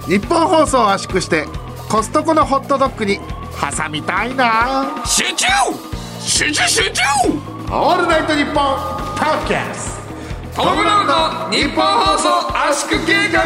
日本放送を圧縮してコストコのホットドッグに挟みたいな。 集中集中集中。 オールナイトニッポンポッドキャストム・ブラウンの日本放送圧縮計画。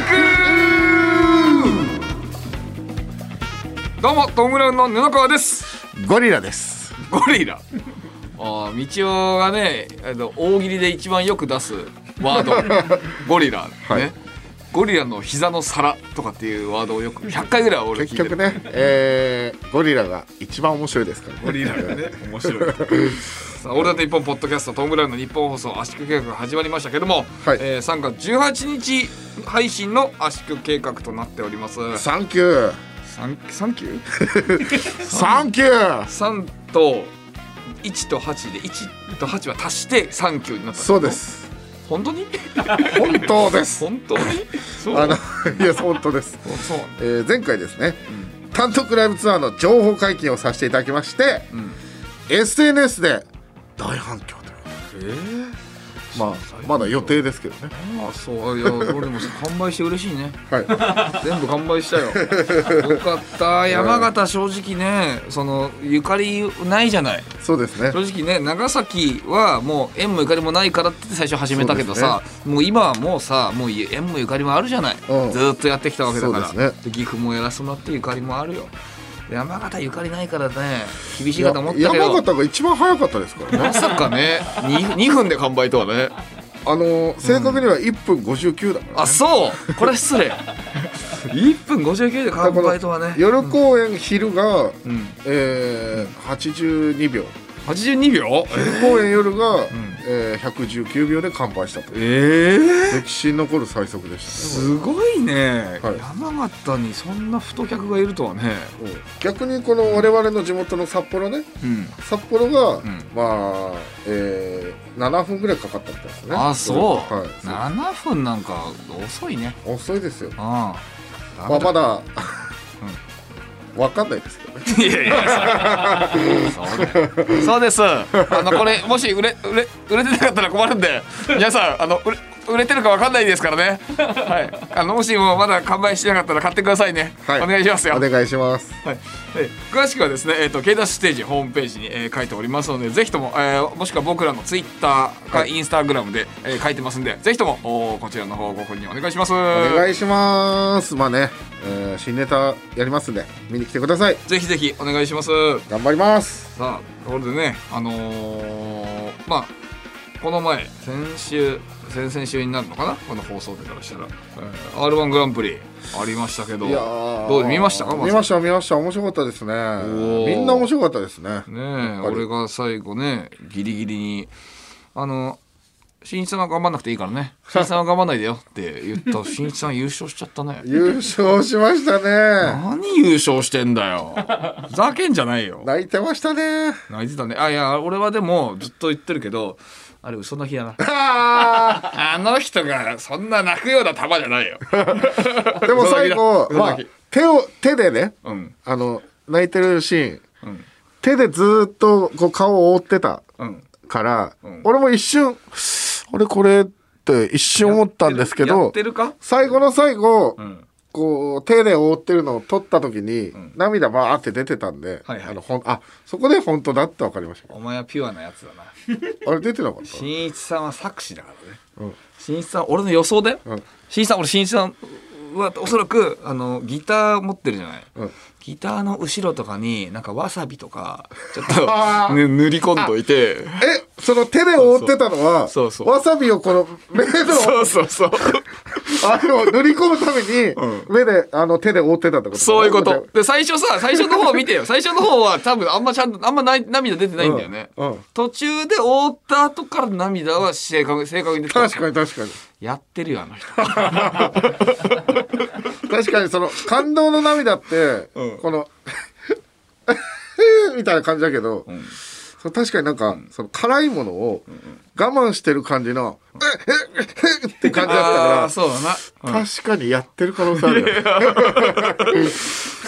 どうもトム・ブラウンの布川です。 ト。ゴリラです。 ゴリラ。道夫がね、大喜利で一番よく出すワードゴリラね、はい、ゴリラの膝の皿とかっていうワードをよく100回ぐらい俺聞いてる。 結局ね、ゴリラが一番面白いですからね。 ゴリラがね面白いさあ、オールナイトニッポンポッドキャストトム・ブラウンの日本放送圧縮計画が始まりましたけども、はい、3月18日配信の圧縮計画となっております。 サンキューサンキューサンキュー。 3と1と8で1と8は足してサンキューになった。 そうです。 本当に本当です本当にそう。 いや本当です。そう、前回ですね、単独ライブツアーの情報解禁をさせていただきまして、SNS で大反響ということで、まだ予定ですけどね。 そう、いや俺も完売して嬉しいねはい全部完売したよよかった。山形正直ね、そのゆかりないじゃない。 そうですね。 正直ね、長崎はもう縁もゆかりもないからって最初始めたけどさ、もう今はもうさ、もう縁もゆかりもあるじゃない、ずっとやってきたわけだから。 そうですね。 岐阜もやらせてもらってゆかりもあるよ。山形ゆかりないからね、厳しいかと思ったけど、 山形が一番早かったですからね。 まさかね 2分で完売とはね。 正確には1分59だから、ね。 あ、そうこれ失礼1分59で完売とはね。 夜公演、昼が、82秒 82秒、 昼公演夜が、119秒で完売したと。歴史に残る最速でしたね。 すごいね、 はい、 山形にそんな太客がいるとはね。 逆にこの我々の地元の札幌ね、札幌が、7分ぐらいかかったみたいですね。 あ、そう、 はい、 7分なんか遅いね。 遅いですよ。まだわかんないですけどね。いやそうです。これもし売れてなかったら困るんで、皆さん売れてるかわかんないですからね。はい。もしもまだ完売してなかったら買ってくださいね。はい、お願いしますよ。 お願いします。 はい。詳しくはですね、ケイダスステージホームページに、書いておりますので、ぜひとも、もしくは僕らのツイッターかインスタグラムで、書いてますんで、ぜひともこちらの方ご購入お願いします。お願いします。まあね、新ネタやりますんで見に来てください。 ぜひぜひお願いします。 頑張ります。 さあ、これでね、この前先々週になるのかな、この放送日からしたら、R1 グランプリありましたけど、どう見ましたか？ 見ました面白かったですね。みんな面白かったですね。 俺が最後ね、ギリギリに新一さんは頑張んなくていいからね、新一さんは頑張んないでよって言った新一さん優勝しちゃったね。 優勝しましたね。 何優勝してんだよふざけんじゃないよ。 泣いてましたね。 泣いてたね。いや俺はでもずっと言ってるけど、あれ嘘泣きだなあの人がそんな泣くような玉じゃないよでも最後、手でね、泣いてるシーン、手でずっとこう顔を覆ってたから、俺も一瞬これって一瞬思ったんですけど、最後の最後、こう手で覆ってるのを撮った時に、涙バーって出てたんで、そこで本当だって分かりました。 お前はピュアなやつだなあれ出てなかった？ 新一さんは作詞だからね。新一さん俺の予想だよ。新一さんはおそらくギター持ってるじゃない、ギターの後ろとかになんかわさびとかちょっと、塗り込んどいて、 その手で覆ってたのはわさびをこの目の塗り込むために目で手で覆ってたってこと？ そういうことで、最初の方見てよ最初の方は多分あんま涙出てないんだよね。途中で覆った後から涙は正確に出てた。 確かにやってるよあの人確かにその感動の涙って、このみたいな感じだけど、確かになんか、その辛いものを我慢してる感じのって感じだったから、 そうだな、 確かにやってる可能性あるよ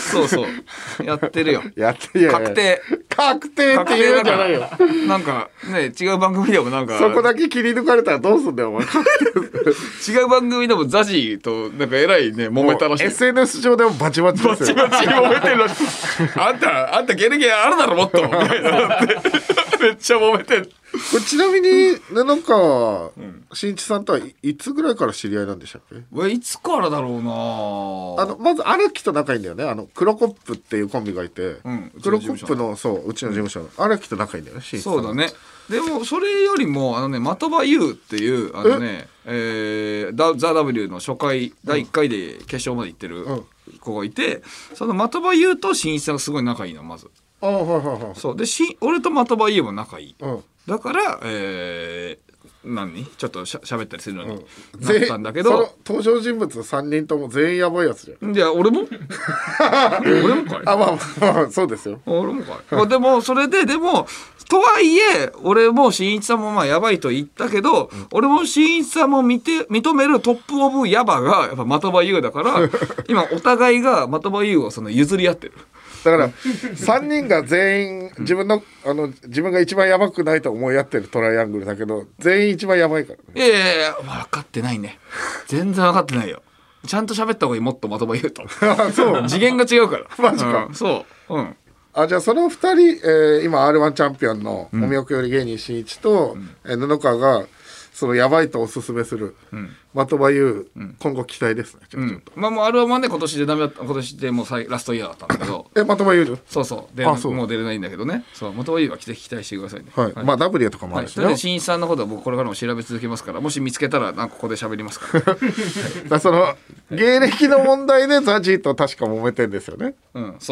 そうそうやってるよ。 やってる確定って言うんじゃないよ。 なんかね違う番組でもなんかそこだけ切り抜かれたらどうすんだよお前。 違う番組でもザジーとなんかえらいね揉めたらしい。 SNS 上でもバチバチですよ。 バチバチ揉めてるらしい。あんたゲレゲレあるだろもっとみたいなってめっちゃ揉めてる。 これちなみに布川慎一さんとはいつぐらいから知り合いなんでしたっけ？ いつからだろうな。 まず荒木と仲いいんだよね。黒コップっていうコンビがいて、黒コップのうちの事務所の荒木と仲いいんだよね。 そうだね。でもそれよりも的場優っていうザ・ W の初回第1回で決勝まで行ってる子がいて、その的場優と慎一さんがすごい仲いいのまず。そうで俺と的場優も仲いい。だからちょっとしゃべったりするのになったんだけど、 その登場人物3人とも全員やばいやつじゃん。 いや俺も俺もかい。 まあそうですよ。 俺もかい。でもそれでとはいえ俺もしんいちさんもまあやばいと言ったけど、俺もしんいちさんも認めるトップオブヤバがやっぱ的場優だから今お互いが的場優を譲り合ってる。 だから3人が全員自分が一番やばくないと思い合ってるトライアングルだけど、全員一番やばいからね。 いや分かってないね。全然分かってないよ。ちゃんと喋った方がいい。もっと的場優とそう次元が違うから。 マジか。そうじゃあその2人、今 R1 チャンピオンのお見送り芸人しんいちと、布川がそのやばいとおすすめする的場優、今後期待ですね。ちょっとまあもう R1 はね今年でダメだった。今年でもうラストイヤーだったんだけど的場優そうでもう出れないんだけどね。そう的場優は期待してくださいね。 まあ W とかもあるしね。 しんいちさんのことは僕これからも調べ続けますから、もし見つけたらここで喋りますからだその芸歴の問題でザジーと確か揉めてんですよね。 そう。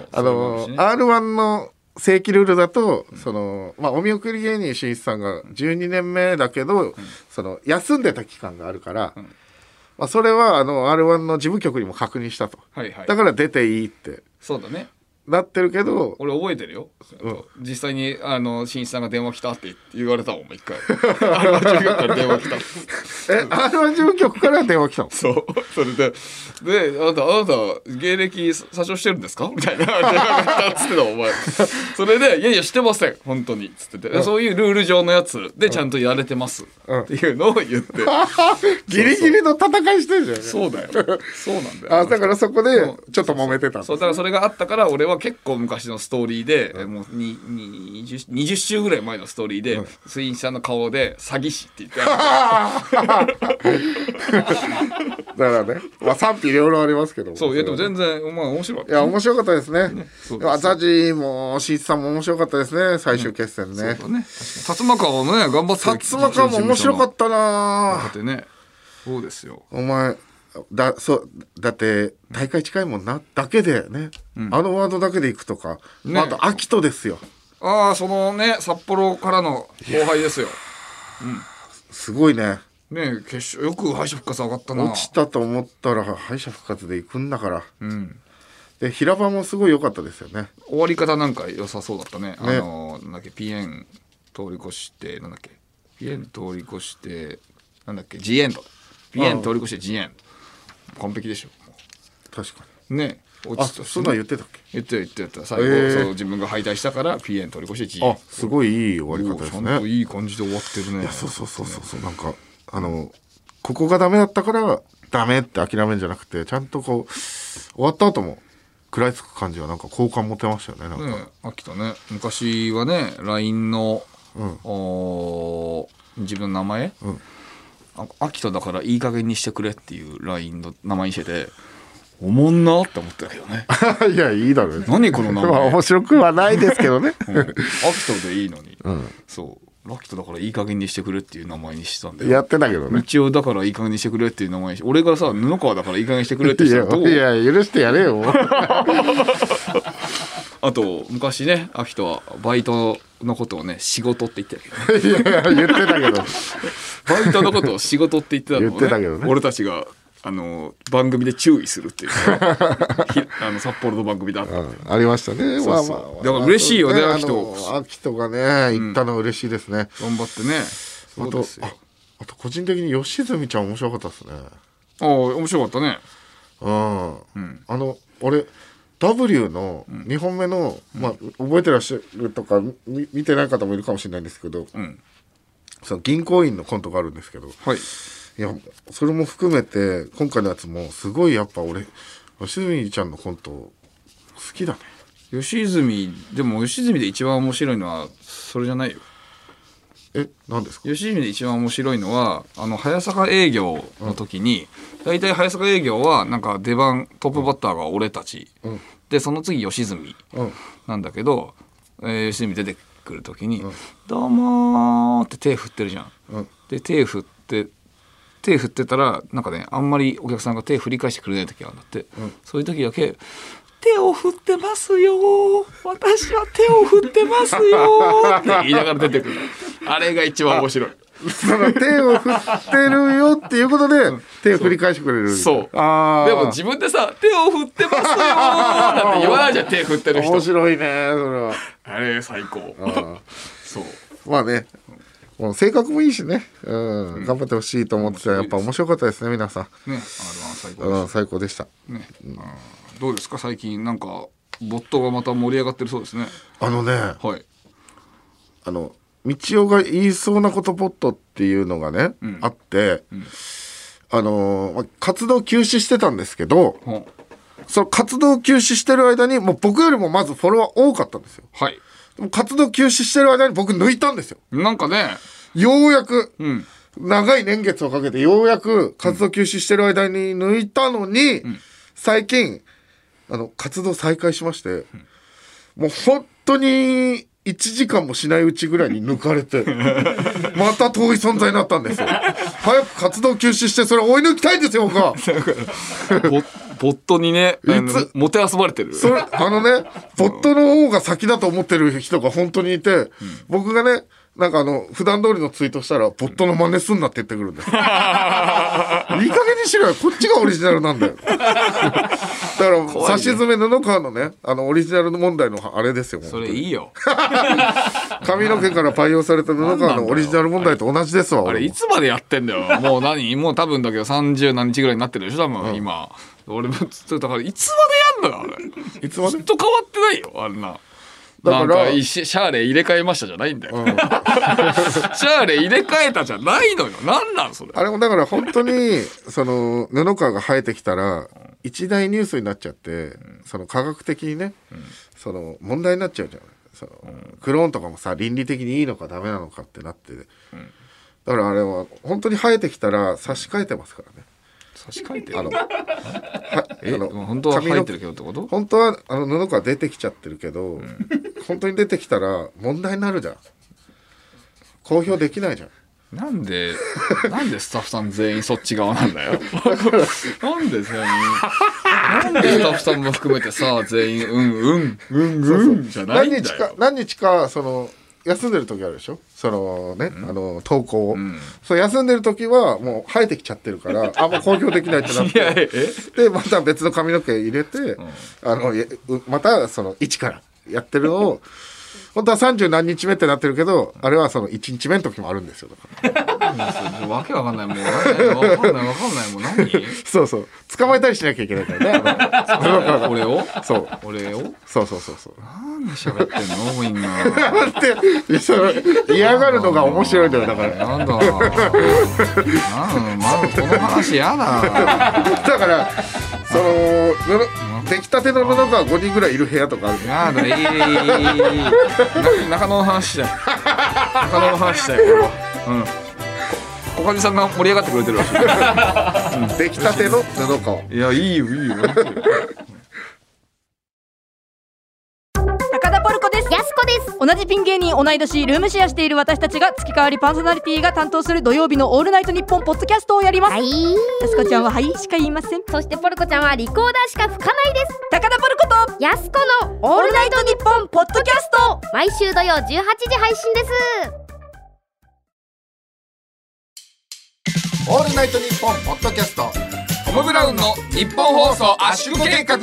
R1 の正規ルールだと、お見送り芸人しんいちさんが12年目だけど、休んでた期間があるから、それはR1 の事務局にも確認したと、だから出ていいってそうだねなってるけど、 俺覚えてるよ、実際にしんいちさんが電話来たって言われたもん一回R1 事務局から電話来た R1 事務局から電話来たの。 そうそれであなた芸歴詐称してるんですかみたいな電話が来たっつってたお前それでいやしてません本当にっつってて、そういうルール上のやつでちゃんとやれてますっていうのを言ってギリギリの戦いしてるじゃん。 そうだよそうなんだよ。 だからそこでちょっと揉めてたんです。 そうだからそれがあったから俺は結構昔のストーリーで、もう20週ぐらい前のストーリーで、スインさんの顔で詐欺師って言ってだからね、賛否両論ありますけども。 そういやでも全然面白かった。 いや面白かったですね。ザジーもしんいちさんも面白かったですね。最終決戦ね。 そうだね。辰馬川もね頑張って。 辰馬川も面白かったな。 だってね。そうですよ。 お前だって大会近いもんなだけでね、ワードだけでいくとか、あと秋人ですよ。 そのね札幌からの後輩ですよ。 すごいね。 決勝よく敗者復活上がったな。 落ちたと思ったら敗者復活で行くんだから。で平場もすごい良かったですよね。 終わり方なんか良さそうだったね。なんだっけピエン通り越してピエン通り越してジエンド。ピエン通り越してジエンド。完璧でしょ。 確かにね。 そんなん言ってたっけ？ 言ってた最後、自分が敗退したからピエン通り越してジエンド。 すごいいい終わり方ですね。 ちゃんといい感じで終わってるね。 いやそうなんかここがダメだったからダメって諦めるんじゃなくて、ちゃんと終わった後も食らいつく感じは好感持てましたよね。 秋田ね昔はね LINE の、自分の名前、秋田だからいい加減にしてくれっていう LINE の名前にしてておもんなって思ったけどねいやいいだろうね。 何この名前面白くはないですけどね、 秋田でいいのに、そう秋田だからいい加減にしてくれっていう名前にしてたんでやってたけどね。 一応だからいい加減にしてくれっていう名前にして、俺がさ布川だからいい加減にしてくれって言ったらどう？ いや許してやれよあと昔ね秋田はバイトのことをね仕事って言ってたけど、 ね、いや言ってたけどバイトのことを仕事って言ってたのを、ね、 言ってたけどね、 俺たちが番組で注意するっていう札幌の番組だった、 ありましたね。 だから嬉しいよね。 秋人がね行ったの嬉しいですね。 頑張ってね。 あと個人的に吉住ちゃん面白かったですね。 面白かったね。 俺 W の2本目の、まあ、覚えてらっしゃるとか見てない方もいるかもしれないんですけど、その銀行員のコントがあるんですけど、 はい、 いやそれも含めて今回のやつもすごいやっぱ俺吉住ちゃんのコント好きだね。 吉住でも吉住で一番面白いのはそれじゃないよ。 何ですか？ 吉住で一番面白いのは早坂営業の時に、大体早坂営業はなんか出番トップバッターが俺たち、でその次吉住なんだけど、吉住出てくる時に「どうも」って手振ってるじゃん。で手振ってたらなんかねあんまりお客さんが手振り返してくれない時があるんだって、そういう時だけ手を振ってますよ、私は手を振ってますよって言いながら出てくる。あれが一番面白い。 その手を振ってるよっていうことで手を振り返してくれる。 そうでも自分でさ手を振ってますよなんて言わないじゃん。手振ってる人面白いねそれは。 あれ最高。 そうまあね、もう性格もいいしね、頑張ってほしいと思ってたらやっぱ面白かったですね皆さんね。最高でしたね。 どうですか最近なんかボットがまた盛り上がってるそうですね。 はい道夫が言いそうなことボットっていうのがね、あって、活動休止してたんですけど、その活動休止してる間にもう僕よりもまずフォロワー多かったんですよ。 はい。 でも活動休止してる間に僕抜いたんですよ。 なんかね、 ようやく、長い年月をかけてようやく活動休止してる間に抜いたのに、最近活動再開しまして、もう本当に1時間もしないうちぐらいに抜かれてまた遠い存在になったんですよ。早く活動休止してそれ追い抜きたいんですよ僕は。 ボットにねもてあそばれてる。 それボットの方が先だと思ってる人が本当にいて、僕がねなんか普段通りのツイートしたらボットの真似すんなって言ってくるんですいい加減にしろよ、こっちがオリジナルなんだよだからさしずめ布川のねオリジナルの問題のあれですよ。 それいいよ髪の毛から培養された布川のオリジナル問題と同じですわ。 あれいつまでやってんだよもう多分だけど30何日ぐらいになってるでしょ多分、今俺もだからいつまでやんのよあれ。いつまでずっと変わってないよあんな。なんかシャーレ入れ替えましたじゃないんだよ、シャーレ入れ替えたじゃないのよ。なんなんそれ。 あれもだから本当にその布川が生えてきたら一大ニュースになっちゃって、その科学的にね、その問題になっちゃうじゃない。そのクローンとかもさ倫理的にいいのかダメなのかってなって、だからあれは本当に生えてきたら差し替えてますからね。 差し替えてる本当は生えてるけどってこと？ 本当は布川出てきちゃってるけど、本当に出てきたら問題になるじゃん。公表できないじゃん。 なんでスタッフさん全員そっち側なんだよなんでスタッフさんも含めてさ全員じゃないんだよ。 何日かその休んでる時あるでしょ、そのね、投稿を、そう休んでる時はもう生えてきちゃってるからあんま公表できないってなってでまた別の髪の毛入れて、またその一からやってるのを本当は30何日目ってなってるけど、あれはその1日目の時もあるんですよ。だからわけわかんないもうわかんないもう何そう捕まえたりしなきゃいけないからね俺をそうなんで喋ってんのみんなって嫌がるのが面白いんだよ。だからなんだまだこの話やだだからその出来たての布が5人ぐらいいる部屋とかある。 やだ中野の話したよおかみさんが盛り上がってくれてるらしい出来たての布川。 いやいいよ高田ポルコです。 やすこです。 同じピン芸人同い年ルームシェアしている私たちが月替わりパーソナリティが担当する土曜日のオールナイトニッポンポッドキャストをやります。 はい。 やすこちゃんははいしか言いません。 そしてポルコちゃんはリコーダーしか吹かないです。 高田ポルコとやすこのオールナイトニッポンポッドキャスト、 毎週土曜18時配信です。 オールナイトニッポンポッドキャスト、 トム・ブラウンの日本放送圧縮計画。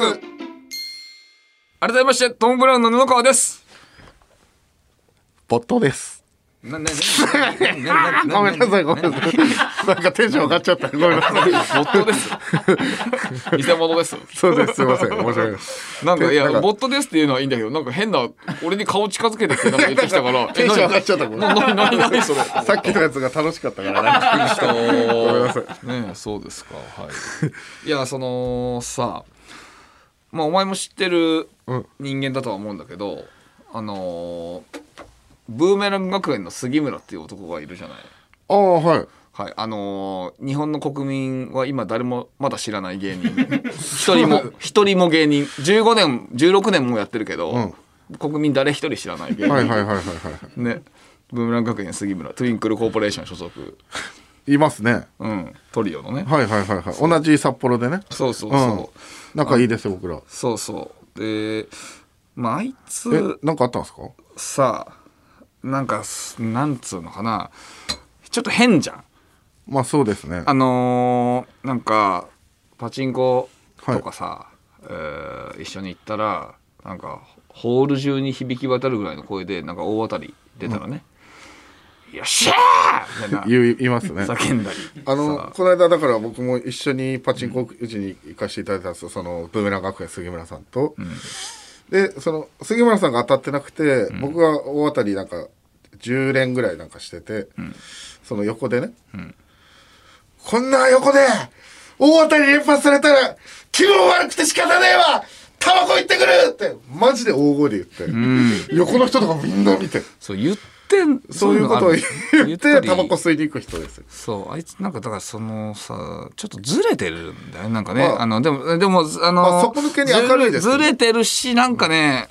改めましてトム・ブラウンの布川です。 ポットです。 ごめんなさい。なんかテンション上がっちゃった。ごめんなさい。 ボットです。偽物です。 そうです。すいません。申し訳ない。 なんかいやボットですっていうのはいいんだけど、なんか変な俺に顔近づけてってなんか言ってきたからテンション上がっちゃった。 何それ。 さっきのやつが楽しかったからね。ごめんなさい。 ねそうですか。はい。いやそのさ、まあお前も知ってる人間だとは思うんだけど、ブーメラン学園の杉村っていう男がいるじゃない。 ああはいはい、日本の国民は今誰もまだ知らない芸人一人も芸人15年16年もやってるけど、国民誰一人知らない芸人、ね、ブーメラン学園杉村トゥインクルコーポレーション所属いますね。 トリオのね。 同じ札幌でね。 そう、 仲いいですよ僕ら。 そうで、まああいつなんかあったんですか。 さあなんかなんつうのかな、ちょっと変じゃん。 まあそうですね。 なんかパチンコとかさ、一緒に行ったらなんかホール中に響き渡るぐらいの声でなんか大当たり出たらね、よっしゃーみたいな言いますね。 叫んだり。 この間だから僕も一緒にパチンコうちに行かせていただいたんですよ。そのブーメラン学園杉村さんと。でその杉村さんが当たってなくて、僕が大当たりなんか10連ぐらいなんかしてて、その横でね、こんな横で大当たり連発されたら気分悪くて仕方ねえわ、タバコ行ってくるってマジで大声で言って、横の人とかみんな見て、 そう言ってそういうことを言ってタバコ吸いに行く人ですよ。 そうあいつなんかだからそのさちょっとずれてるんだよなんかね、でも底抜けに明るいですずれてるしなんかね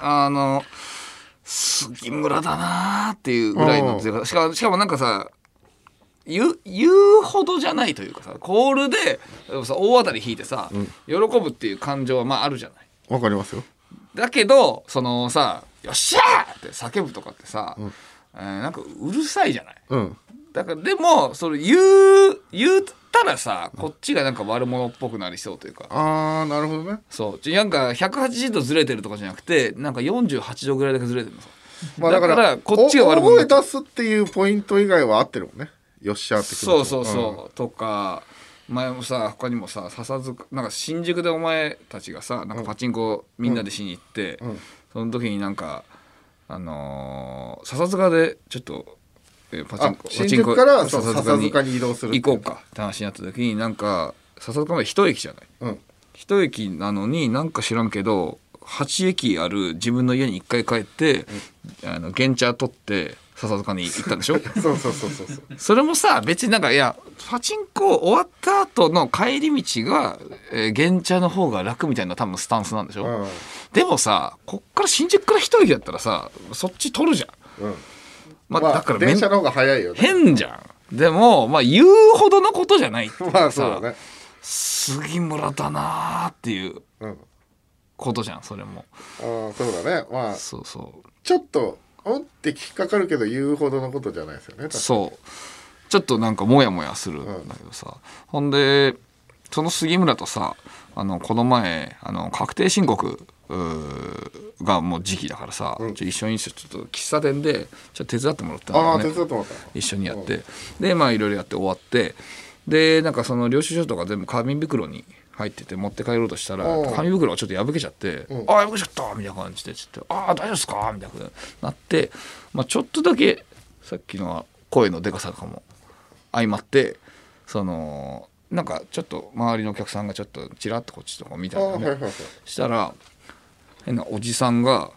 杉村だなーっていうぐらいのしかもなんかさ言うほどじゃないというかさ、コールでさ大当たり引いてさ、喜ぶっていう感情はまああるじゃない。 わかりますよ。 だけどそのさよっしゃーって叫ぶとかってさ、なんかうるさいじゃない、だからでもそれ言ったらさこっちがなんか悪者っぽくなりそうというか。 あーなるほどね。 そうなんか180度ずれてるとかじゃなくてなんか48度ぐらいだけずれてるのさ、 まあ、だからこっちが悪者大声出すっていうポイント以外は合ってるもんね。よっしゃってそう、とか前もさ他にもさ笹塚なんか新宿でお前たちがさなんかパチンコみんなでしに行って、その時になんか笹塚でちょっとパ新宿から笹塚に移動する行こうかって話になった時になんか笹塚まで一駅じゃない、一駅なのになんか知らんけど8駅ある自分の家に1回帰って、原チャー取って笹塚に行ったんでしょそうそれもさ別になんかいやパチンコ終わった後の帰り道が、原チャーの方が楽みたいな多分スタンスなんでしょ、でもさこっから新宿から一駅だったらさそっち取るじゃん、まあ、だから電車の方が早いよね。 変じゃん。でもまあ言うほどのことじゃないっていうかさ、 まあそうだね、 杉村だなーっていうことじゃんそれも。 そうだね。まあそうちょっとって引っかかるけど言うほどのことじゃないですよね。 そうちょっとなんかモヤモヤするんだけどさ、ほんでその杉村とさこの前確定申告がもう時期だからさ、一緒にちょっと喫茶店でちょっと手伝ってもらったのね。 手伝ってもらった。 一緒にやって、でまあいろいろやって終わって、でなんかその領収書とか全部紙袋に入ってて持って帰ろうとしたら紙袋がちょっと破けちゃって、破けちゃったみたいな感じでちょっと大丈夫ですかみたいななって、まあ、ちょっとだけさっきの声のでかさとかも相まってそのなんかちょっと周りのお客さんがちょっとチラッとこっちとか見たんだよね。したら変なおじさんが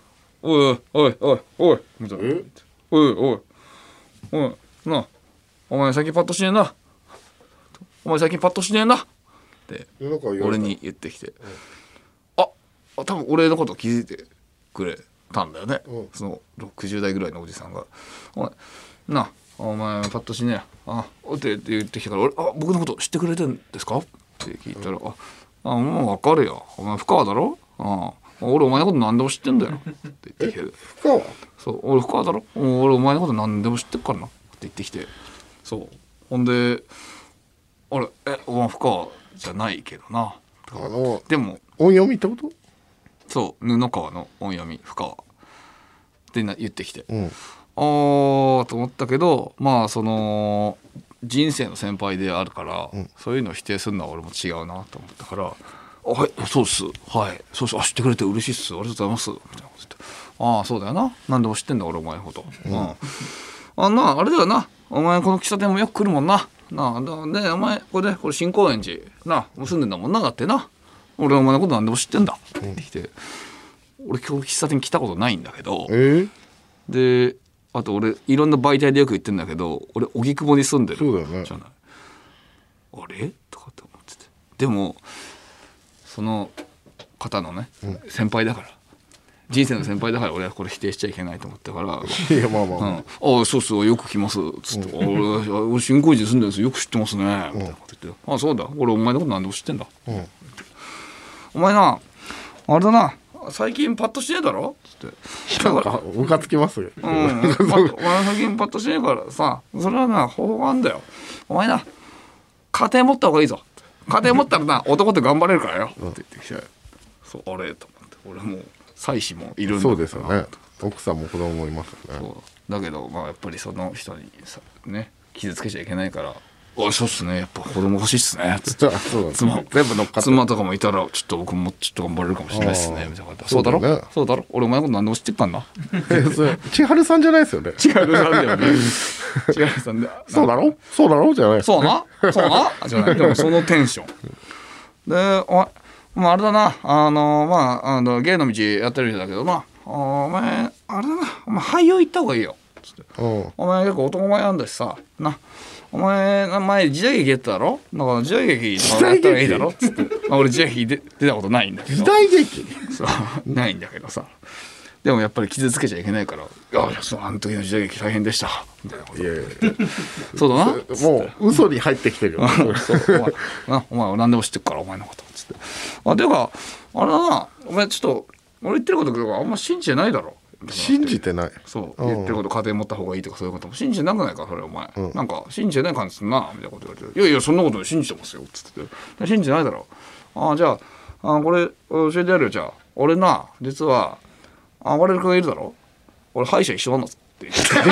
「おいおいおいおい」みたいな「おいおいおいなあお前最近パッとしねえなお前最近パッとしねえな」って俺に言ってきて、多分俺のこと気づいてくれたんだよね、その60代ぐらいのおじさんが「お前なあお前パッとしねえって言ってきたから俺僕のこと知ってくれてんですか?」って聞いたら「もう分かるよお前深川だろ俺お前のこと何でも知ってんだよ」って言ってきて 「深川?」 そう俺深川だろ俺お前のこと何でも知ってっからなって言ってきて、そうほんで「お前深川じゃないけどな」でも音読みってこと？ そう布川の音読み深川って言ってきて、 と思ったけど、まあその人生の先輩であるから、そういうのを否定するのは俺も違うなと思ったから、はいそうっす、はいそうっす、知ってくれて嬉しいっす、ありがとうございますみたいなこと言って、そうだよな、何でも知ってんだ俺お前のこと、あれだよな、お前この喫茶店もよく来るもんな、でお前これ新高円寺な住んでんだもんな、だってな、俺お前のこと何でも知ってんだって言ってきて、俺今日喫茶店来たことないんだけど、であと俺いろんな媒体でよく言ってんだけど、俺荻窪に住んでるじゃない、あれとかって思ってて、でもその方のね、先輩だから、人生の先輩だから俺はこれ否定しちゃいけないと思ったから、 いやまあまあ、 そうっすよく来ますっつって、俺新高円寺住んでるんですよく知ってますねみたいなこと言って、そうだ俺お前のこと何でも知ってんだ、お前なあれだな最近パッとしてねえだろつって、 なんかムカつきますよ、 お前最近パッとしてねえからさ、それはな方法があんだよ、お前な家庭持った方がいいぞ、家庭持ったらな男って頑張れるからよって言ってきて、そうあれと思って、俺もう妻子もいるんだそうですよね、奥さんも子供もいますよね。 そうだけどやっぱりその人にさね傷つけちゃいけないから、そうっすねやっぱ子供欲しいっすねつって全部乗っかって妻とかもいたらちょっと僕もちょっと頑張れるかもしれないっすねみたいな。そうだろ、そうだろ、俺お前のこと何でも知ってっかんな。 千春さんじゃないですよね。 千春さんだよね。千春さんでそうだろじゃない、 そうなじゃない、でもそのテンションで、あれだな、芸の道やってる人だけどな、お前あれだな、お前俳優行った方がいいよつって、お前結構男前なんだしさな、お前前時代劇やっただろ、だから時代劇とかやったらいいだろっつって、俺時代劇出たことないんだけど、 時代劇そうないんだけどさ、でもやっぱり傷つけちゃいけないから、あの時の時代劇大変でしたみたいなこと。いやそうだな、 もう嘘に入ってきてるよお前何でも知ってるからお前のことつって、ていうかあれだな、お前ちょっと俺言ってることとかあんま信じてないだろ。 信じてない。 そう言ってること家庭持った方がいいとかそういうことも信じてなくないかそれ、お前、なんか信じてない感じすんなみたいなこと言われて、いやそんなこと信じてますよっつってて、信じてないだろ。じゃあこれ教えてやるよ、じゃあ俺な実は我々君がいるだろ、俺歯医者一緒なんだぞって言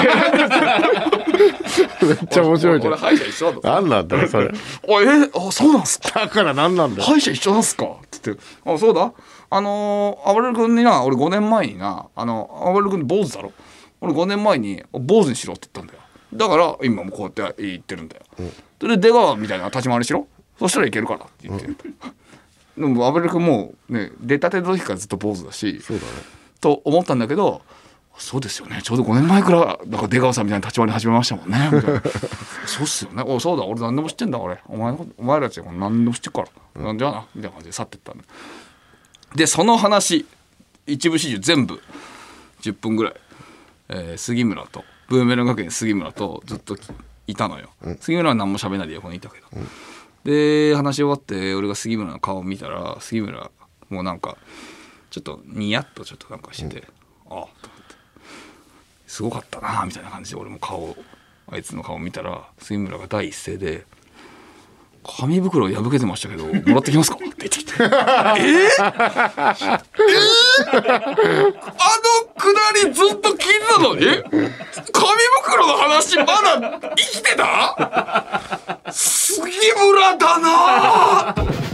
ってめっちゃ面白いじゃん。 俺歯医者一緒なんだぞ。 何なんだよそれ。 そうなんすか。 だから何なんだよ。 歯医者一緒なんすかって言って、そうだ、あばれる君にな、俺5年前にな、あばれる君坊主だろ、俺5年前に坊主にしろって言ったんだよ、だから今もこうやって言ってるんだよ、で出川みたいな立ち回りしろ、そしたらいけるからって言って、でもあばれる君もうね出たての時からずっと坊主だし、 そうだねと思ったんだけど、そうですよね、ちょうど5年前からなんか出川さんみたいな立ち回り始めましたもんねみたいなそうっすよね、そうだ俺何でも知ってんだ、俺お前らたち何でも知ってるから、じゃあなみたいな感じで去ってったんだ。でその話一部始終全部10分ぐらい、杉村とブーメラン学園杉村とずっといたのよ、杉村は何も喋らないで横にいたけど、で話し終わって俺が杉村の顔を見たら、杉村もうなんかちょっとニヤッとちょっとなんかしてて、と思ってすごかったなみたいな感じで俺もあいつの顔を見たら、杉村が第一声で紙袋破けてましたけどもらってきますかって言ってきてあのくだりずっと聞いてたのに紙袋の話まだ生きてた杉村だな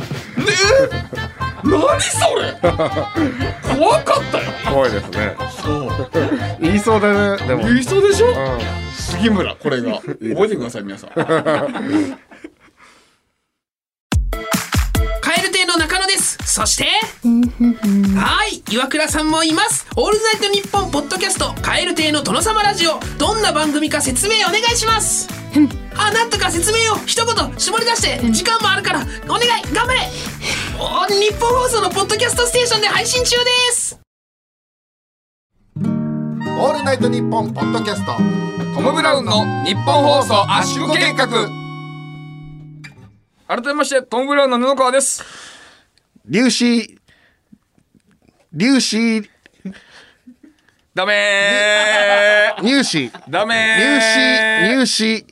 何それ怖かったよ。 怖いですね。 そう言いそうだね。でも言いそうでしょ、杉村、これが覚えてください皆さん中野です。そしてはい岩倉さんもいます。オールナイトニッポンポッドキャスト蛙亭の殿様ラジオ、どんな番組か説明お願いします。なんとか説明を一言絞り出して、時間もあるからお願い頑張れ。日本放送のポッドキャストステーションで配信中です。 オールナイトニッポンポッドキャストトム・ブラウンの日本放送圧縮計画。改めましてトム・ブラウンの布川です。 粒子ダメー入試ダメー入試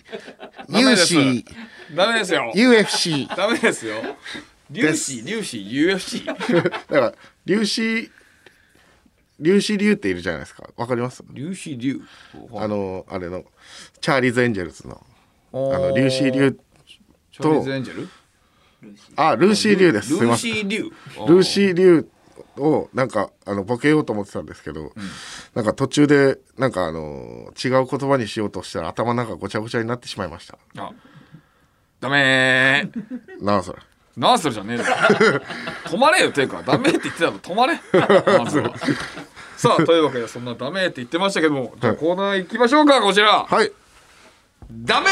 ダメですよ UFC ダメですよ粒子 UFC だから粒子粒子流っているじゃないですか。わかります？ 粒子流、 あれのチャーリーズエンジェルズの粒子流チャーリーズエンジェル、 ルーシー流です。 ルーシー流、 ルーシー流をなんかボケようと思ってたんですけど、なんか途中でなんか違う言葉にしようとしたら頭の中ごちゃごちゃになってしまいました。 ダメーなあそれなあそれじゃねえの止まれよ。ていうかダメって言ってたの止まれまずはさあというわけでそんなダメって言ってましたけども、じゃあコーナー行きましょうか。こちら、 はい、 ダメ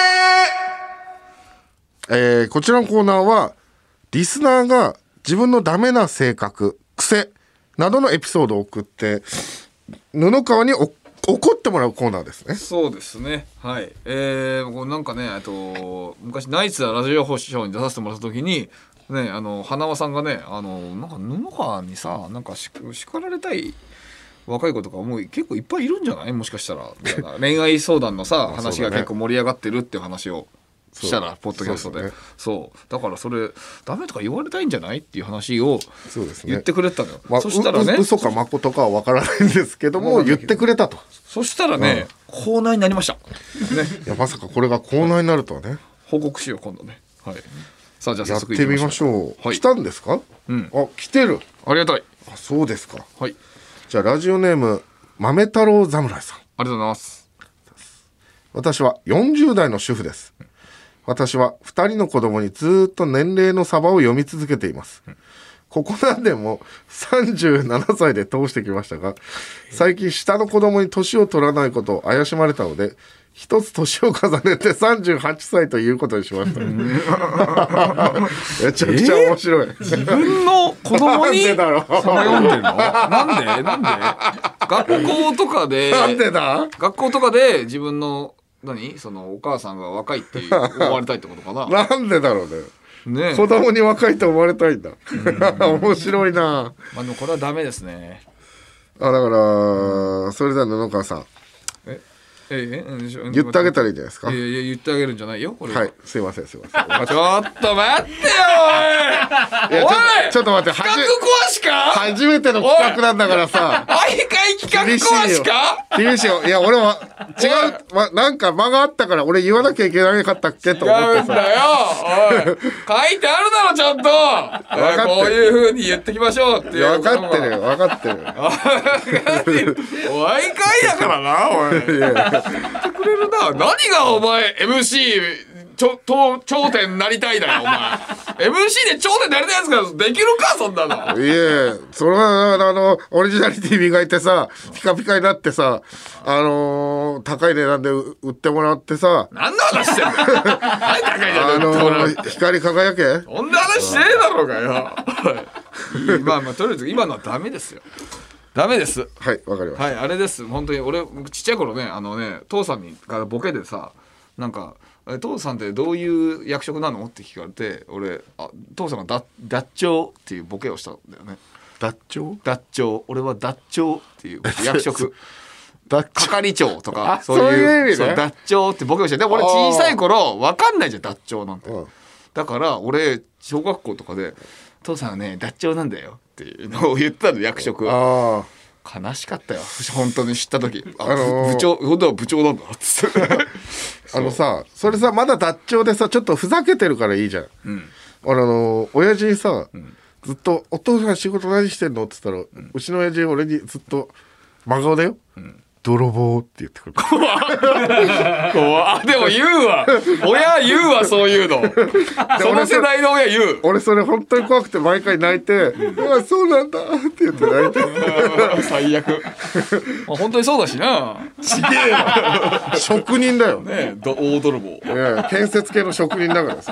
こちらのコーナーはリスナーが自分のダメな性格、癖などのエピソードを送って布川に怒ってもらうコーナーですね。 そうですね。はい。なんかね、昔ナイツラジオショーに出させてもらった時にね、花輪さんがね、なんか布川にさ、なんか叱られたい若い子とかもう結構いっぱいいるんじゃない？もしかしたら恋愛相談のさ話が結構盛り上がってるっていう話をしたらポッドキャストで、そうだからそれダメとか言われたいんじゃないっていう話を言ってくれたのよ。そしたらね、 嘘か誠かは分からないんですけども言ってくれたと。 そしたらね、コーナーになりました、ね、 いやまさかこれがコーナーになるとはね。 報告しよう今度ね。はい。さあじゃあ早速やってみましょう。来たんですか？来てる。 ありがたい。 そうですか。 はい。 じゃあラジオネーム豆太郎侍さん。 ありがとうございます。 私は40代の主婦です。私は2人の子供にずっと年齢のサバを読み続けています。ここなんでも37歳で通してきましたが、最近下の子供に年を取らないことを怪しまれたので、一つ年を重ねて38歳ということにしました。めちゃくちゃ面白い。 自分の子供にサバ読んでるの？なんで学校とかでなんでだ？ 学校とかで自分のそのお母さんが若いって思われたいってことかな。 なんでだろうね。子供に若いと思われたいんだ。面白いな。 まあでもこれはダメですね。 だからそれでは布川さん。言ってあげたらいいんじゃないですか。 いや言ってあげるんじゃないよこれは。 はい、すいません。ちょっと待ってよおいちょっと待って、 企画壊しか初めての企画なんだからさ。 毎回企画壊しか厳しいよ。いや俺は違う、なんか間があったから俺言わなきゃいけなかったっけと思ってさ。違うんだよ。 おい書いてあるだろちゃんと。こういう風に言ってきましょうっていう。 分かってる毎回だからなおい。言ってくれるな。何がお前 MC 頂点になりたいだよお前。MC で頂点になりたいやつができるかそんなの。 いえ、それはオリジナリティ磨いてさ、ピカピカになってさ、高い値段で売ってもらってさ。 何の話してんだよ。何高い値段で売ってもらって。 光り輝け。 そんな話してねえだろうがよ。まあとりあえず今のはダメですよ。ダメです。 はい、わかりました。 はい、あれです。本当に俺ちっちゃい頃ね、父さんからボケでさ、なんか父さんってどういう役職なのって聞かれて、俺父さんが脱長っていうボケをしたんだよね。 脱長？ 脱長。俺は脱長っていう役職。係長とかそういう意味で脱長ってボケをして、で俺小さい頃分かんないじゃん脱長なんて。だから俺小学校とかで父さんはね脱長なんだよっていうのを言ったの役職。悲しかったよ本当に知った時。部長本当は部長なんだっつって。 さそれさまだ脱長でさちょっとふざけてるからいいじゃん。親父にさ、ずっとお父さん仕事何してんのって言ったら、うちの親父俺にずっと真顔だよ。泥棒って言ってくる。 怖でも言うわ。親言うわそういうの。その世代の親言う。 俺それ本当に怖くて毎回泣いて、うわそうなんだって言って泣いて。 最悪。本当にそうだしな。 ちげえわ。職人だよ。 ね大泥棒。 建設系の職人だからさ。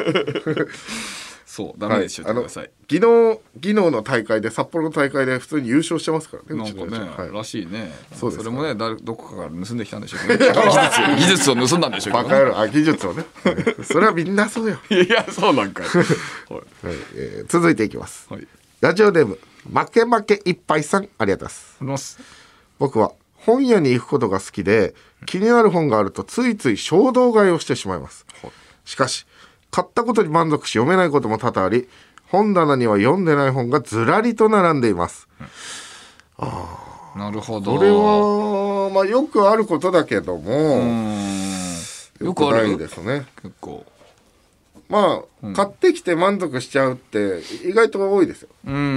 そうダメでしょ。 技能の大会で札幌の大会で普通に優勝してますからね。 なんかね、らしいね。 そうです。 それもねどこかから盗んできたんでしょうね。技術を盗んだんでしょう。 バカ野郎。技術をね。それはみんなそうよ。 いやそうなんかい。 続いていきます。ラジオネーム負け負けいっぱいさん、ありがとうございます。僕は本屋に行くことが好きで、気になる本があるとついつい衝動買いをしてしまいます。しかし買ったことに満足し読めないことも多々あり、本棚には読んでない本がずらりと並んでいます。 なるほど。 それはまあよくあることだけども、 よくあるですね。 結構。 まあ、買ってきて満足しちゃうって意外と多いですよ。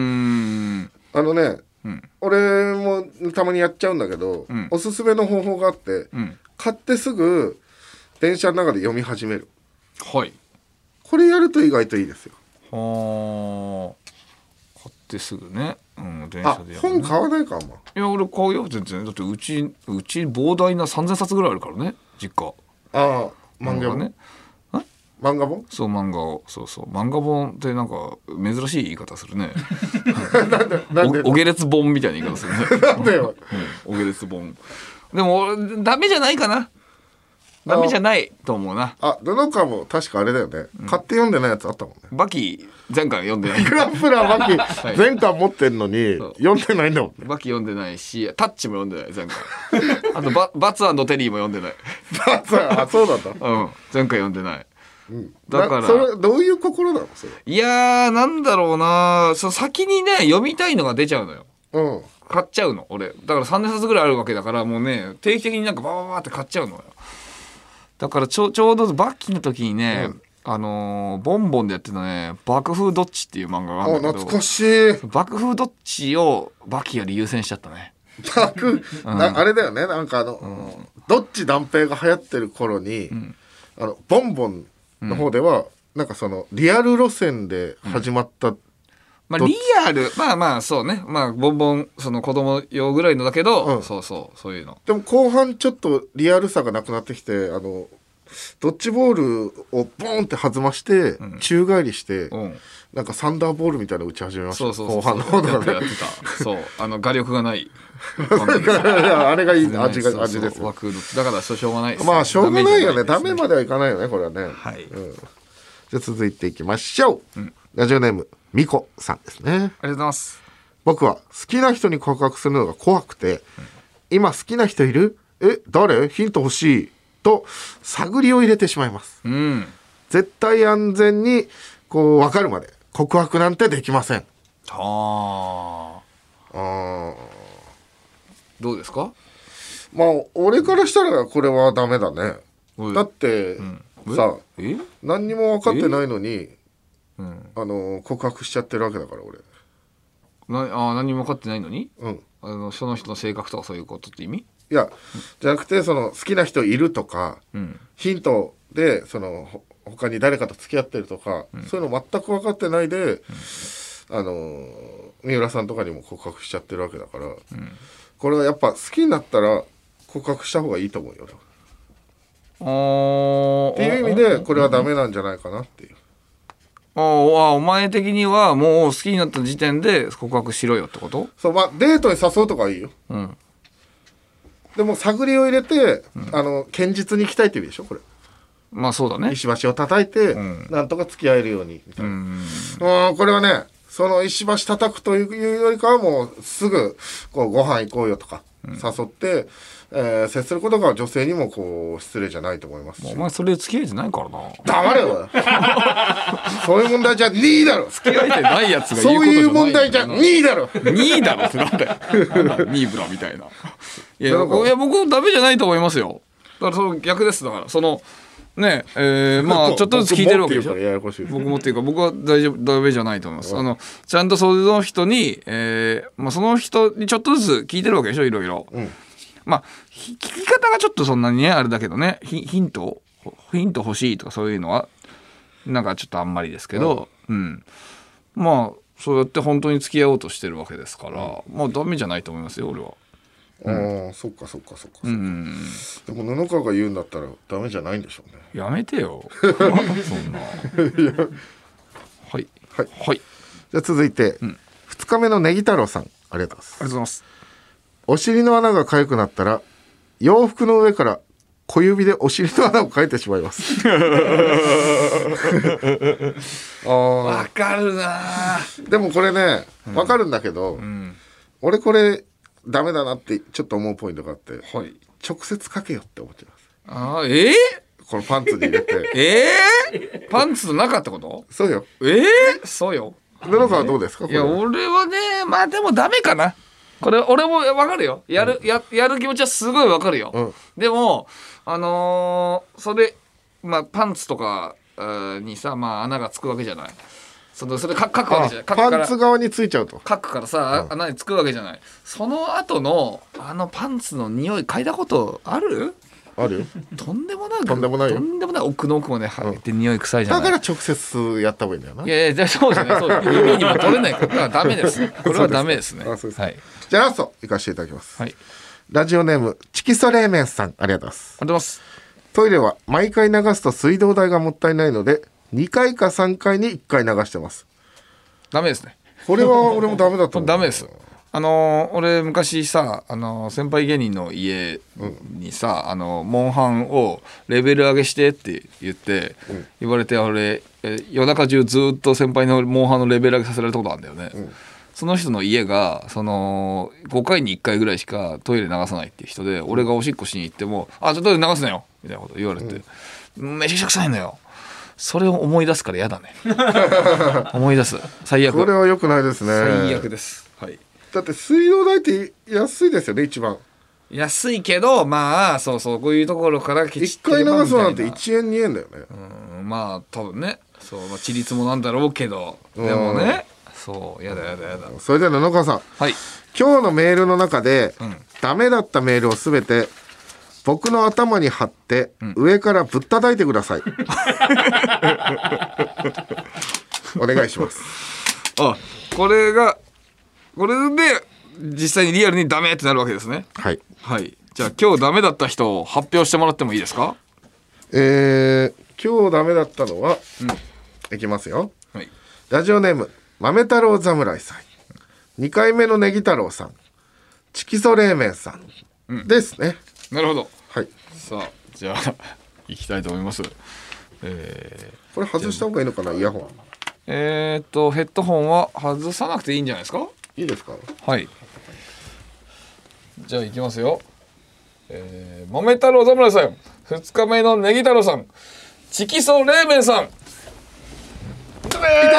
俺もたまにやっちゃうんだけど、おすすめの方法があって、買ってすぐ電車の中で読み始める。 はい。 これやると意外といいですよ。 買ってすぐね。電車でやる、 本買わないかあんま。 いや俺買うよ全然。だってうち膨大な3000冊ぐらいあるからね実家。 漫画ね。漫画本？ そう漫画をそう漫画本ってなんか珍しい言い方するね。 なんでお下劣本みたいな言い方するね。 なんでよ。 お下劣本。でもダメじゃないかな。ダメじゃないと思うな。 布川も確かあれだよね。買って読んでないやつあったもんね。 バキ前回読んでない。 グラップラーバキ前回持ってんのに読んでないんだもんね。 バキ読んでないし、タッチも読んでない前回。あとバツ&テリーも読んでない。 そうなんだ。 前回読んだからそれどういう心なのそれ？ いやーなんだろうな、先にね読みたいのが出ちゃうのよ。買っちゃうの俺。だから3年冊ぐらいあるわけだからもうね定期的になんかバババって買っちゃうのよ。だからちょうどバッキーの時にね、ボンボンでやってたね爆風どっちっていう漫画があるんだけど、 懐かしい。 爆風どっちをバッキーより優先しちゃったね。 あれだよね、なんかどっち断平が流行ってる頃に、ボンボンの方では、なんかそのリアル路線で始まった、 リアルまあそうね、ボンボンその子供用ぐらいのだけど、そういうの。 でも後半ちょっとリアルさがなくなってきて、ドッジボールをボンって弾まして、宙返りして、なんかサンダーボールみたいなの打ち始めました。後半の方とかね。 やってた。そう画力がない。 あれがいい味ですよ。 だからしょうがないです。 まあしょうがないよね。ダメまではいかないよねこれはね。 はい。 じゃあ続いていきましょう。ラジオネームみこさんですね。 ありがとうございます。 僕は好きな人に告白するのが怖くて、今好きな人いる？誰？ヒント欲しいと探りを入れてしまいます。絶対安全にこう分かるまで告白なんてできません。 どうですか？ まあ俺からしたらこれはダメだね。だって、さ何にも分かってないのに告白しちゃってるわけだから俺。 何にも分かってないのに？その人の性格とかそういうことって意味？ いや、じゃなくてその好きな人いるとか、ヒントでその他に誰かと付き合ってるとか、そういうの全く分かってないで、三浦さんとかにも告白しちゃってるわけだから、これはやっぱ好きになったら告白した方がいいと思うよ。っていう意味でこれはダメなんじゃないかなっていう。 お前的にはもう好きになった時点で告白しろよってこと？ そう、デートに誘うとかはいいよ。でも探りを入れて、堅実に行きたいって意味でしょこれ。 まあそうだね。 石橋を叩いて、なんとか付き合えるようにみたいな。これはね、その石橋叩くというよりかはもうすぐこうご飯行こうよとか誘って、接することが女性にもこう失礼じゃないと思いますし。 お前それ付き合えてないからな。 黙れよ。そういう問題じゃねえだろ。 付き合えてないやつが言うことじゃない。そういう問題じゃねえだろ。 ねえだろってなんだよ。ニーブラみたいな。いや僕ダメじゃないと思いますよ。だからその逆です。だからそのねまあちょっとずつ聞いてるわけでしょ。僕もっていうか僕はダメじゃないと思います。ちゃんとその人にその人にちょっとずつ聞いてるわけでしょいろいろ。まあ聞き方がちょっとそんなにねあれだけどね、ヒント欲しいとかそういうのはなんかちょっとあんまりですけど、まあそうやって本当に付き合おうとしてるわけですから、まあダメじゃないと思いますよ俺は。 そっか。でも布川が言うんだったらダメじゃないんでしょうね。 やめてよそんな。はい。じゃあ続いて、2日目のネギ太郎さん、ありがとうございます。お尻の穴が痒くなったら洋服の上から小指でお尻の穴を描いてしまいます。 わかるな。 でもこれね、わかるんだけど、俺これダメだなってちょっと思うポイントがあって、直接描けよって思っちゃいます。このパンツに入れて。 パンツの中ってこと？ そうよ。 そうよ。 布川はどうですか？ いや俺はね、まあでもダメかな。 これ俺も分かるよ。やる気持ちはすごい分かるよ。でもそれパンツとかにさ穴がつくわけじゃない。それ書くわけじゃない。 パンツ側についちゃうと。 書くからさ穴につくわけじゃない。その後のパンツの匂い嗅いだことある？ あるよ。 とんでもない奥の奥まで入って匂い臭いじゃない。 だから直接やった方がいいんだよな。 いやそうじゃない。そう耳にも取れないから。だからダメです。これはダメですね。はい。 じゃあラスト行かせていただきます。 はい。 ラジオネームチキソ冷麺さん、ありがとうございます。 ありがとうございます。 トイレは毎回流すと水道代がもったいないので2回か3回に1回流してます。 ダメですね。 これは俺もダメだと思う。 ダメです。俺昔さ先輩芸人の家にさ、モンハンをレベル上げしてって言われて、俺夜中中ずっと先輩のモンハンのレベル上げさせられたことあるんだよね。その人の家が5回に1回ぐらいしかトイレ流さないっていう人で、俺がおしっこしに行ってもちょっとトイレ流すなよみたいなこと言われて、めちゃくちゃ臭いのよ。それを思い出すから嫌だね。思い出す。最悪。 これは良くないですね。 最悪です。はい。 だって水道代って安いですよね、一番。 安いけどそうこういうところから 1回流すなんて1円2円だよね。 多分ね。地立もなんだろうけど、でもね、やだ。 それでは布川さん、 はい、 今日のメールの中で、ダメだったメールをすべて僕の頭に貼って、上からぶったたいてください。お願いします。 これで実際にリアルにダメってなるわけですね。はい。じゃあ今日ダメだった人を発表してもらってもいいですか？ 今日ダメだったのは、いきますよ。はい。ラジオネーム豆太郎侍さん、2回目のネギ太郎さん、チキソ冷麺さんですね。 なるほど。 はい。 さあじゃあいきたいと思います。これ外した方がいいのかな、イヤホン。 ヘッドホンは外さなくていいんじゃないですか？ いいですか？ はい。じゃあいきますよ。豆太郎侍さん、2日目のネギ太郎さん、チキソ冷麺さん。 痛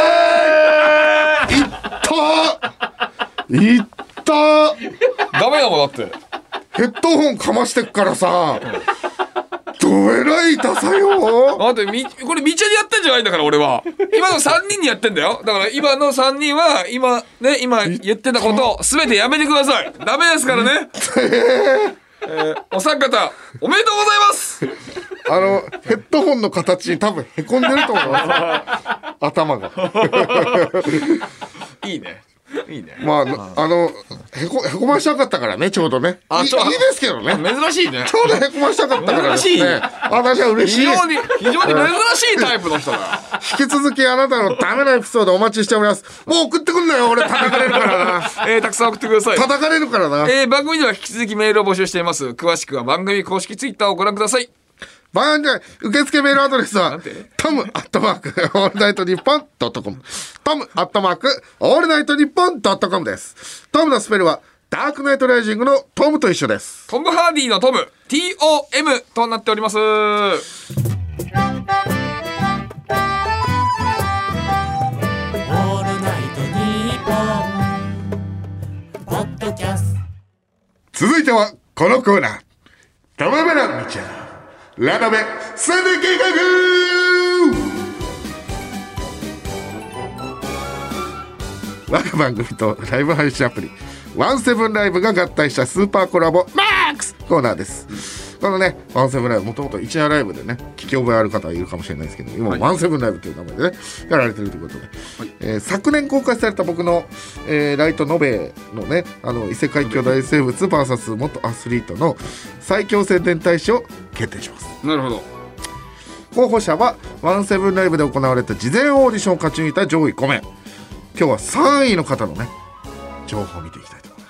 ダメだもんだって。 ヘッドホンかましてっからさ。どえらい痛さよ。 待ってこれ道にやってんじゃないんだから。俺は今の3人にやってんだよ。だから今の3人は今言ってたことを全てやめてください。ダメですからね。お三方おめでとうございます。 ヘッドホンの形に多分へこんでると思います。頭が。 いいね。 まあへこましたかったからね、ちょうどね。いいですけどね。 珍しいね。 ちょうどへこましたかったからですね。私は嬉しい。 非常に珍しいタイプの人だ。 引き続きあなたのダメなエピソードお待ちしております。もう送ってくんなよ、俺叩かれるからな。 たくさん送ってください。 叩かれるからな。 番組では引き続きメールを募集しています。詳しくは番組公式ツイッターをご覧ください。 受付メールアドレスはトムアットマークオールナイトニッポンドットコム、トムアットマークオールナイトニッポンドットコムです。トムのスペルはダークナイトライジングのトムと一緒です。 トムハーディのトム TOM となっております。 続いてはこのコーナー、トムベラン道ラノベ宣伝計画。我が番組とライブ配信アプリワンセブンライブが合体したスーパーコラボマックスコーナーです。このねワンセブンライブ、もともと一夜ライブでね聞き覚えある方はいるかもしれないですけど、今ワンセブンライブという名前でねやられてるということで、昨年公開された僕の、ライトノベのね異世界巨大生物 VS 元アスリートの最強宣伝大使を決定します。 なるほど。 候補者はワンセブンライブで行われた事前オーディションを勝ち抜いた上位5名。今日は3位の方のね情報を見ていきたいと思い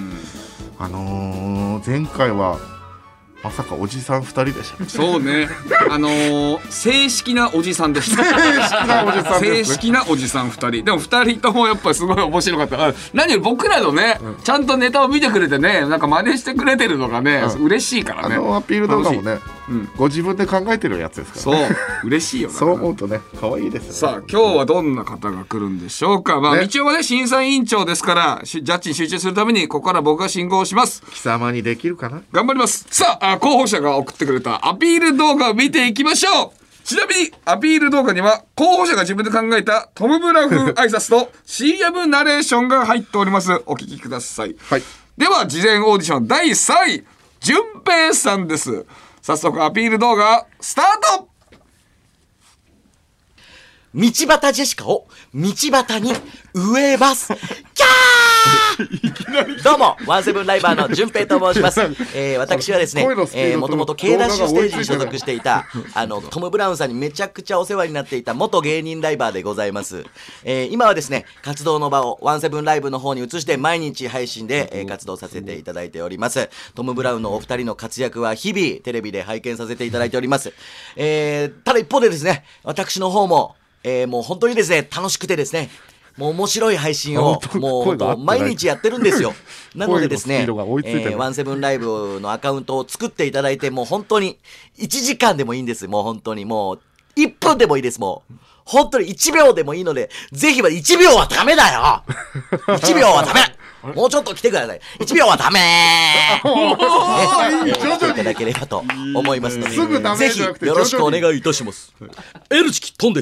ます。前回はまさかおじさん2人でした。 そうね。正式なおじさんでした。正式なおじさん2人。でも2人ともやっぱりすごい面白かった。何より僕らのね、ちゃんとネタを見てくれてね、なんか真似してくれてるのがね、嬉しいからね。 アピール動画もねご自分で考えてるやつですからね。 そう嬉しいよな。 そう思うとね可愛いですよね。 さあ今日はどんな方が来るんでしょうか。まあ道夫はね審査委員長ですからジャッジに集中するためにここから僕が進行します。 貴様にできるかな。 頑張ります。さあ候補者が送ってくれたアピール動画を見ていきましょう。ちなみにアピール動画には候補者が自分で考えたトム・ブラウン風挨拶と CM ナレーションが入っております。お聞きください。 はい。 では事前オーディション第3位順平さんです。早速アピール動画スタート。 道端ジェシカを道端に植えます。キャーどうも、ワンセブンライバーの順平と申します。私はですね、もともと K ダッシュステージに所属していた、トム・ブラウンさんにめちゃくちゃお世話になっていた元芸人ライバーでございます。今はですね、活動の場をワンセブンライブの方に移して毎日配信で、活動させていただいております。トム・ブラウンのお二人の活躍は日々テレビで拝見させていただいております。ただ一方でですね、私の方ももう本当にですね楽しくてですねもう面白い配信をもう本当毎日やってるんですよ。なのでですねワンセブンライブのアカウントを作っていただいてもう本当に1時間でもいいんです。もう本当にもう1分でもいいです。もう本当に1秒でもいいのでぜひ1秒はダメだよ1秒はダメもうちょっと来てください。1秒はダメ来ていただければと思いますのでぜひよろしくお願いいたします。エルチキトンです。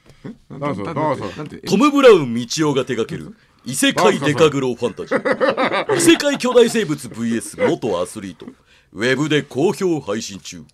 トム・ブラウン道夫が手掛ける異世界デカグロファンタジー異世界巨大生物 vs 元アスリートウェブで好評配信中。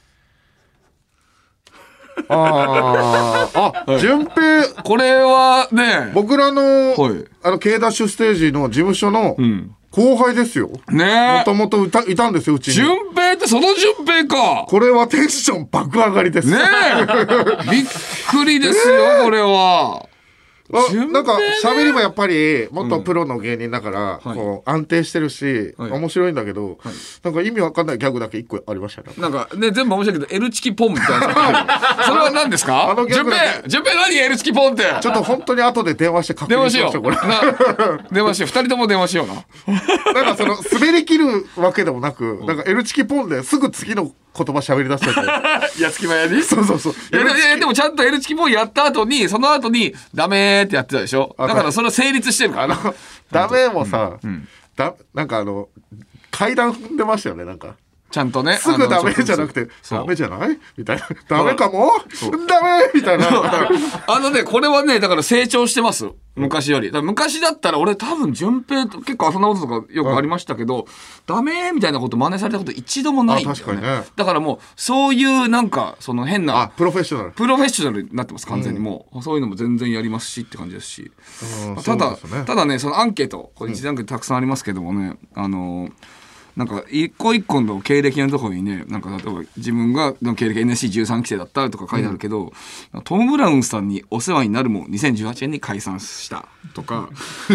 順平これはね僕らのK ダッシュステージの事務所の後輩ですよ。 ねもともといたんですようちに。 順平ってその順平か。 これはテンション爆上がりです。 ねえびっくりですよこれは。 なんか喋りもやっぱり元プロの芸人だからこう安定してるし面白いんだけどなんか意味わかんないギャグだけ一個ありましたね。 なんかね全部面白いけど L チキポンみたいなそれは何ですか。順平何 L チキポンってちょっと本当に後で電話して確認しましょう。これ電話しよう2人とも電話しような。 なんかその滑り切るわけでもなくなんか L チキポンですぐ次の言葉喋り出したりやつきまやにそうでもちゃんと L チキポンやった後にその後にダメーってやってたでしょ。だからそれは成立してるからダメもさなんか階段踏んでましたよね。なんかちゃんとねすぐダメじゃなくてダメじゃないみたいなダメかもダメみたいなこれはねだから成長してます昔より。昔だったら俺多分順平と結構そんなこととかよくありましたけどダメみたいなこと真似されたこと一度もないんだよね。 確かにね。 だからもうそういうなんかその変なプロフェッショナルになってます完全に。もうそういうのも全然やりますしって感じですし、ただねそのアンケートこれ一次アンケートたくさんありますけどもねなんか一個一個の経歴のところにねなんか例えば自分がの経歴 NSC13 期生だったとか書いてあるけど、トム・ブラウンさんにお世話になるも2018年に解散したとか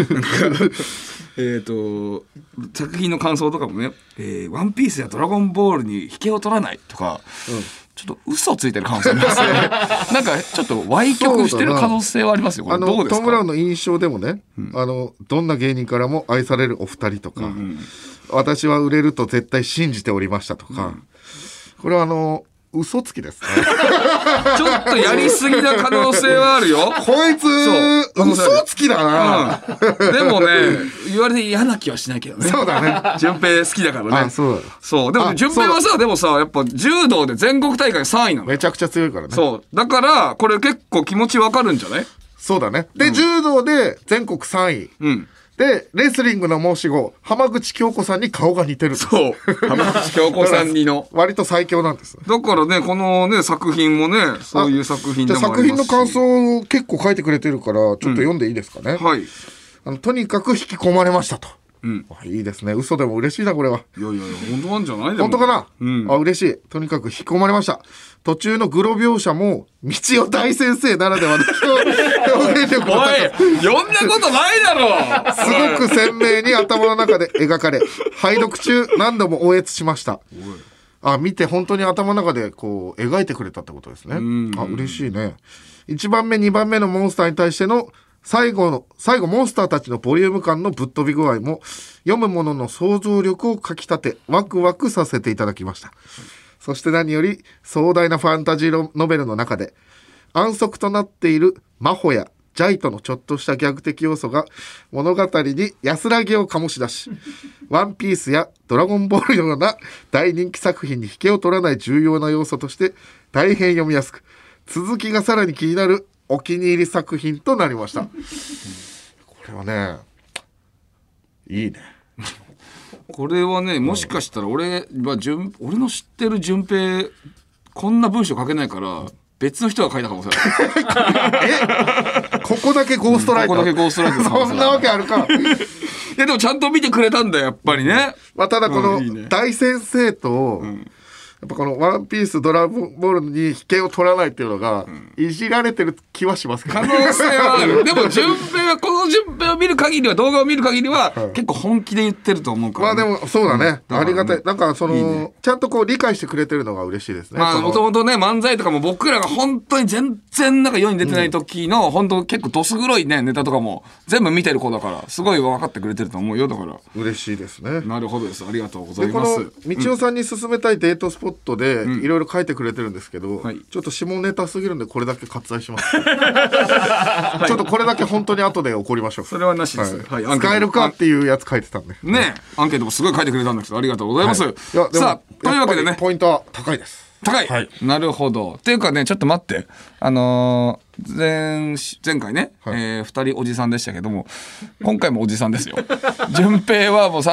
作品の感想とかもねワンピースやドラゴンボールに引けを取らないとか、ちょっと嘘ついてる可能性ありますね。なんかちょっと歪曲してる可能性はありますよ。これどうですか。 トム・ブラウンの印象でもね、どんな芸人からも愛されるお二人とか、私は売れると絶対信じておりましたとか、これは嘘つきですね。 ちょっとやりすぎな可能性はあるよ。 こいつ嘘つきだな、 でもね言われて嫌な気はしないけどね。 そうだね。 順平好きだからね。そうでも順平はさでもさやっぱ柔道で全国大会3位なの。 めちゃくちゃ強いからね。 そうだからこれ結構気持ちわかるんじゃない。 そうだね。で、柔道で全国3位。でレスリングの申し子浜口京子さんに顔が似てる。 そう浜口京子さんにの割と最強なんです。 だからねこのね作品もねそういう作品でもありますし。 じゃあ作品の感想を結構書いてくれてるからちょっと読んでいいですかね。 はい。 とにかく引き込まれましたと。いいですね。嘘でも嬉しいなこれは。 いや本当なんじゃない。 本当かな。嬉しい。とにかく引き込まれました。途中のグロ描写も道夫大先生ならではの表現力が高く、おい読んだことないだろ。 すごく鮮明に頭の中で描かれ拝読中何度も応援しました。見て本当に頭の中でこう描いてくれたってことですね。嬉しいね。1番目2番目のモンスターに対しての最後モンスターたちのボリューム感のぶっ飛び具合も読む者の想像力をかきたてワクワクさせていただきました。 そして何より壮大なファンタジーノベルの中で安息となっている真帆やジャイとのちょっとしたギャグ的要素が物語に安らぎを醸し出し、ワンピースやドラゴンボールのような大人気作品に引けを取らない重要な要素として大変読みやすく、続きがさらに気になるお気に入り作品となりました。これはね、いいね。 これはね、もしかしたら俺の知ってる順平こんな文章書けないから別の人が書いたかもしれないここだけゴーストライター、 ここだけゴーストライターそんなわけあるか。 いやでもちゃんと見てくれたんだよやっぱりね。 まあ、ただこの大先生と、やっぱこのワンピースドラゴンボールに引けを取らないっていうのがいじられてる気はしますけど、 可能性はある。でも順平はこの順平を見る限りは、動画を見る限りは結構本気で言ってると思うから、 まあでもそうだね、ありがたい。なんかそのいい、ね、ちゃんとこう理解してくれてるのが嬉しいですね。 まあもともとね漫才とかも僕らが本当に全然なんか世に出てない時の、本当結構どす黒いねネタとかも全部見てる子だからすごい分かってくれてると思うよ。だから嬉しいですね。 なるほどです。ありがとうございます。 この道夫さんに勧めたいデートスポットでいろいろ書いてくれてるんですけど、ちょっと下ネタすぎるんでこれだけ割愛しますちょっとこれだけ本当に後で怒りましょう。 それはなしです、 使えるかっていうやつ書いてたんでね。アンケートもすごい書いてくれたんだけどありがとうございます、さあというわけでね、 ポイントは高いです。 高い、なるほど。っていうかね、ちょっと待って、前回ね、2人おじさんでしたけども、今回もおじさんですよ。順平はもう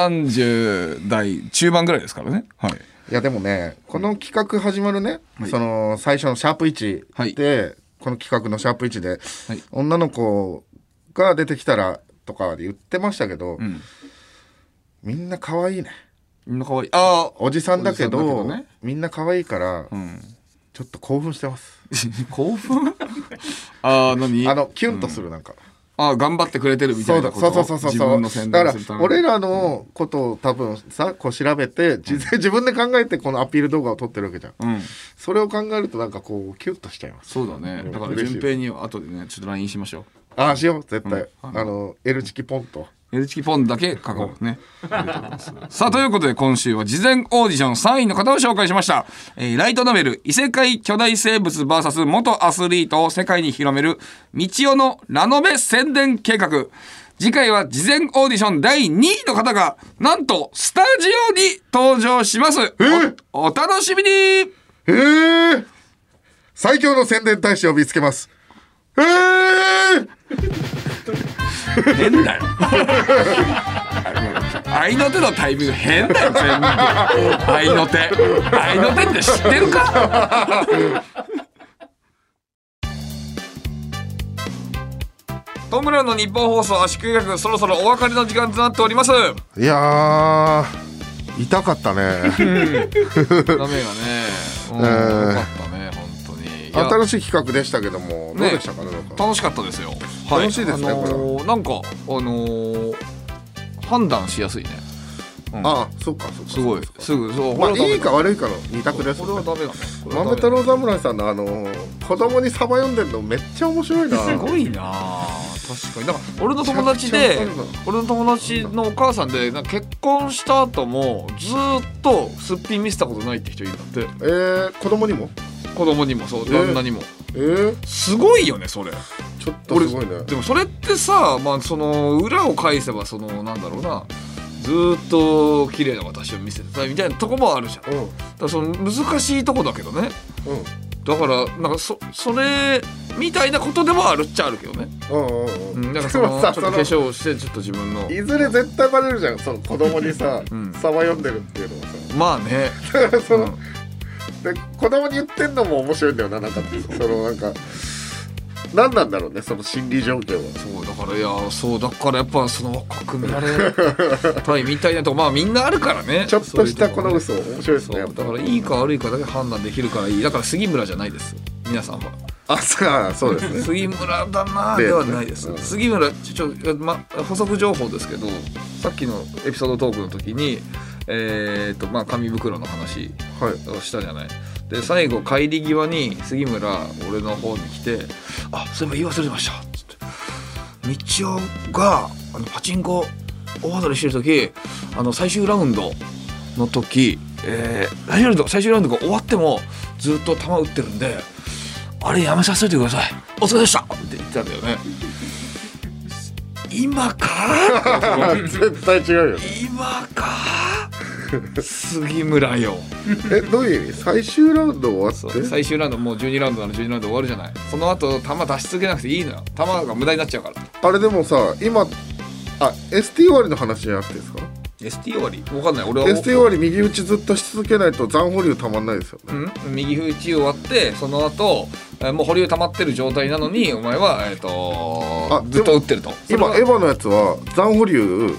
30代中盤ぐらいですからね。 いやでもね、この企画始まるね、その最初のシャープ1で、この企画のシャープ1で、女の子が出てきたらとかで言ってましたけど、みんな可愛いね。 みんな可愛い。 おじさんだけどね、みんな可愛いから、ちょっと興奮してます。 興奮？何？ キュンとするなんか。 頑張ってくれてるみたいなこと。 そう自分の宣伝するために。だから俺らのことを多分さこう調べて自分で考えてこのアピール動画を撮ってるわけじゃん、それを考えるとなんかこうキュンとしちゃいます。 そうだね。だから順平には後でねちょっと LINE しましょう。しよう絶対、L チキポンと L チキポンだけ書こうね。さあということで今週は事前オーディション3位の方を紹介しました、ライトノベル異世界巨大生物 VS 元アスリートを世界に広める道夫のラノベ宣伝計画。次回は事前オーディション第2位の方がなんとスタジオに登場します。お楽しみに。 最強の宣伝大使を見つけます。 変だよ。愛の手のタイミング変だよ全部。愛の手って知ってるか？トムラの日本放送圧縮計画、そろそろお別れの時間となっております。 いやー痛かったね。 ダメがね、よかったね本当に。 新しい企画でしたけども、どうでしたかね。 楽しかったですよ。 楽しいですね。 なんか判断しやすいね。 そうかすごいすぐそう。 まあいいか悪いかの二択です。 これはダメだね。 豆太郎侍さんの子供にサバ読んでるのめっちゃ面白いな。 すごいな。確かに。だから俺の友達のお母さんでなんか結婚した後もずっとすっぴん見せたことないって人いるんだって。 子供にもそう旦那にも。すごいよねそれ。 ちょっとすごいね。 でもそれってさ、まあその裏を返せばそのなんだろうな、ずっと綺麗な私を見せてたみたいなとこもあるじゃん。だからその難しいとこだけどね。だからなんかそれみたいなことでもあるっちゃあるけどね。なんかそのちょっと化粧をしてちょっと自分のいずれ絶対バレるじゃん。その子供にさサバ読んでるっていうのはさ。 まあね。 だからそので子供に言ってんのも面白いんだよな。なんかそのなんか何なんだろうねその心理状況は。 だからやっぱその若くなれたいみたいなとこまあみんなあるからね。 ちょっとしたこの嘘面白いですね。 だからいいか悪いかだけ判断できるからいい。だから杉村じゃないです皆さんは。 そうですね。 杉村だなではないです。杉村補足情報ですけど、さっきのエピソードトークの時に紙袋の話をしたじゃない。で最後帰り際に杉村俺の方に来て「そういえば言い忘れてました」っつって道夫がパチンコ大当たりしてる時最終ラウンドの時最終ラウンドが終わってもずっと球打ってるんで、あれやめさせておいてください、お疲れでしたって言ってたんだよね。今か絶対違うよ。 今か杉村よ。 どういう意味？最終ラウンド終わって、 最終ラウンドもう12ラウンドなら12ラウンド終わるじゃない。その後球出し続けなくていいのよ。球が無駄になっちゃうから。 あれでもさ、今ST 終わりの話じゃなくてですか？ ST 終わり分かんない。俺は ST 終わり右打ちずっとし続けないと残保留たまんないですよね。 右打ち終わってその後もう保留溜まってる状態なのにお前はずっと打ってると。 今エヴァのやつは残保留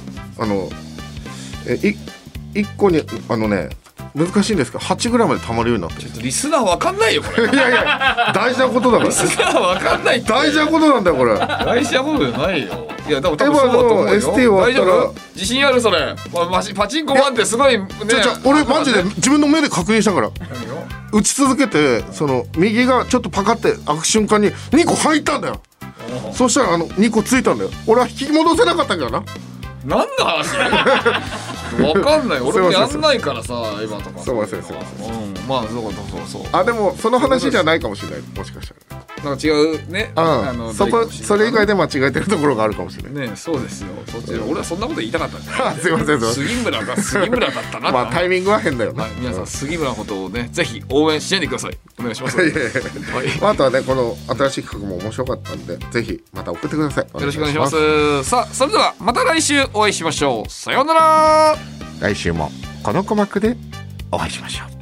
1個に難しいんですけど8ぐらいまで溜まるようになってる。 ちょっとリスナー分かんないよこれ。 いやいや大事なことだから。 リスナー分かんないって。 大事なことなんだよこれ。 大事なことじゃないよ。いやでも多分そうだと思うよ。 エヴァの ST 終わったら大丈夫？自信あるそれ。パチンコマンってすごいね。 俺マジで自分の目で確認したから。打ち続けてその右がちょっとパカって開く瞬間に2個入ったんだよ。そしたら2個ついたんだよ。俺は引き戻せなかったけどな。 何の話？わかんない。俺もやんないからさ、エヴァとか。 すいません。 まあそうでもその話じゃないかもしれない。もしかしたらなんか違うね。 それ以外で間違えてるところがあるかもしれない。 ね、そうですよ。俺はそんなこと言いたかったんだ。 すいません。 杉村だったな。 まあタイミングは変だよね。 皆さん杉村のことをねぜひ応援しないでください。お願いします。 あとはねこの新しい企画も面白かったんでぜひまた送ってください。 よろしくお願いします。さあそれではまた来週お会いしましょう。さようなら。 来週もこの鼓膜でお会いしましょう。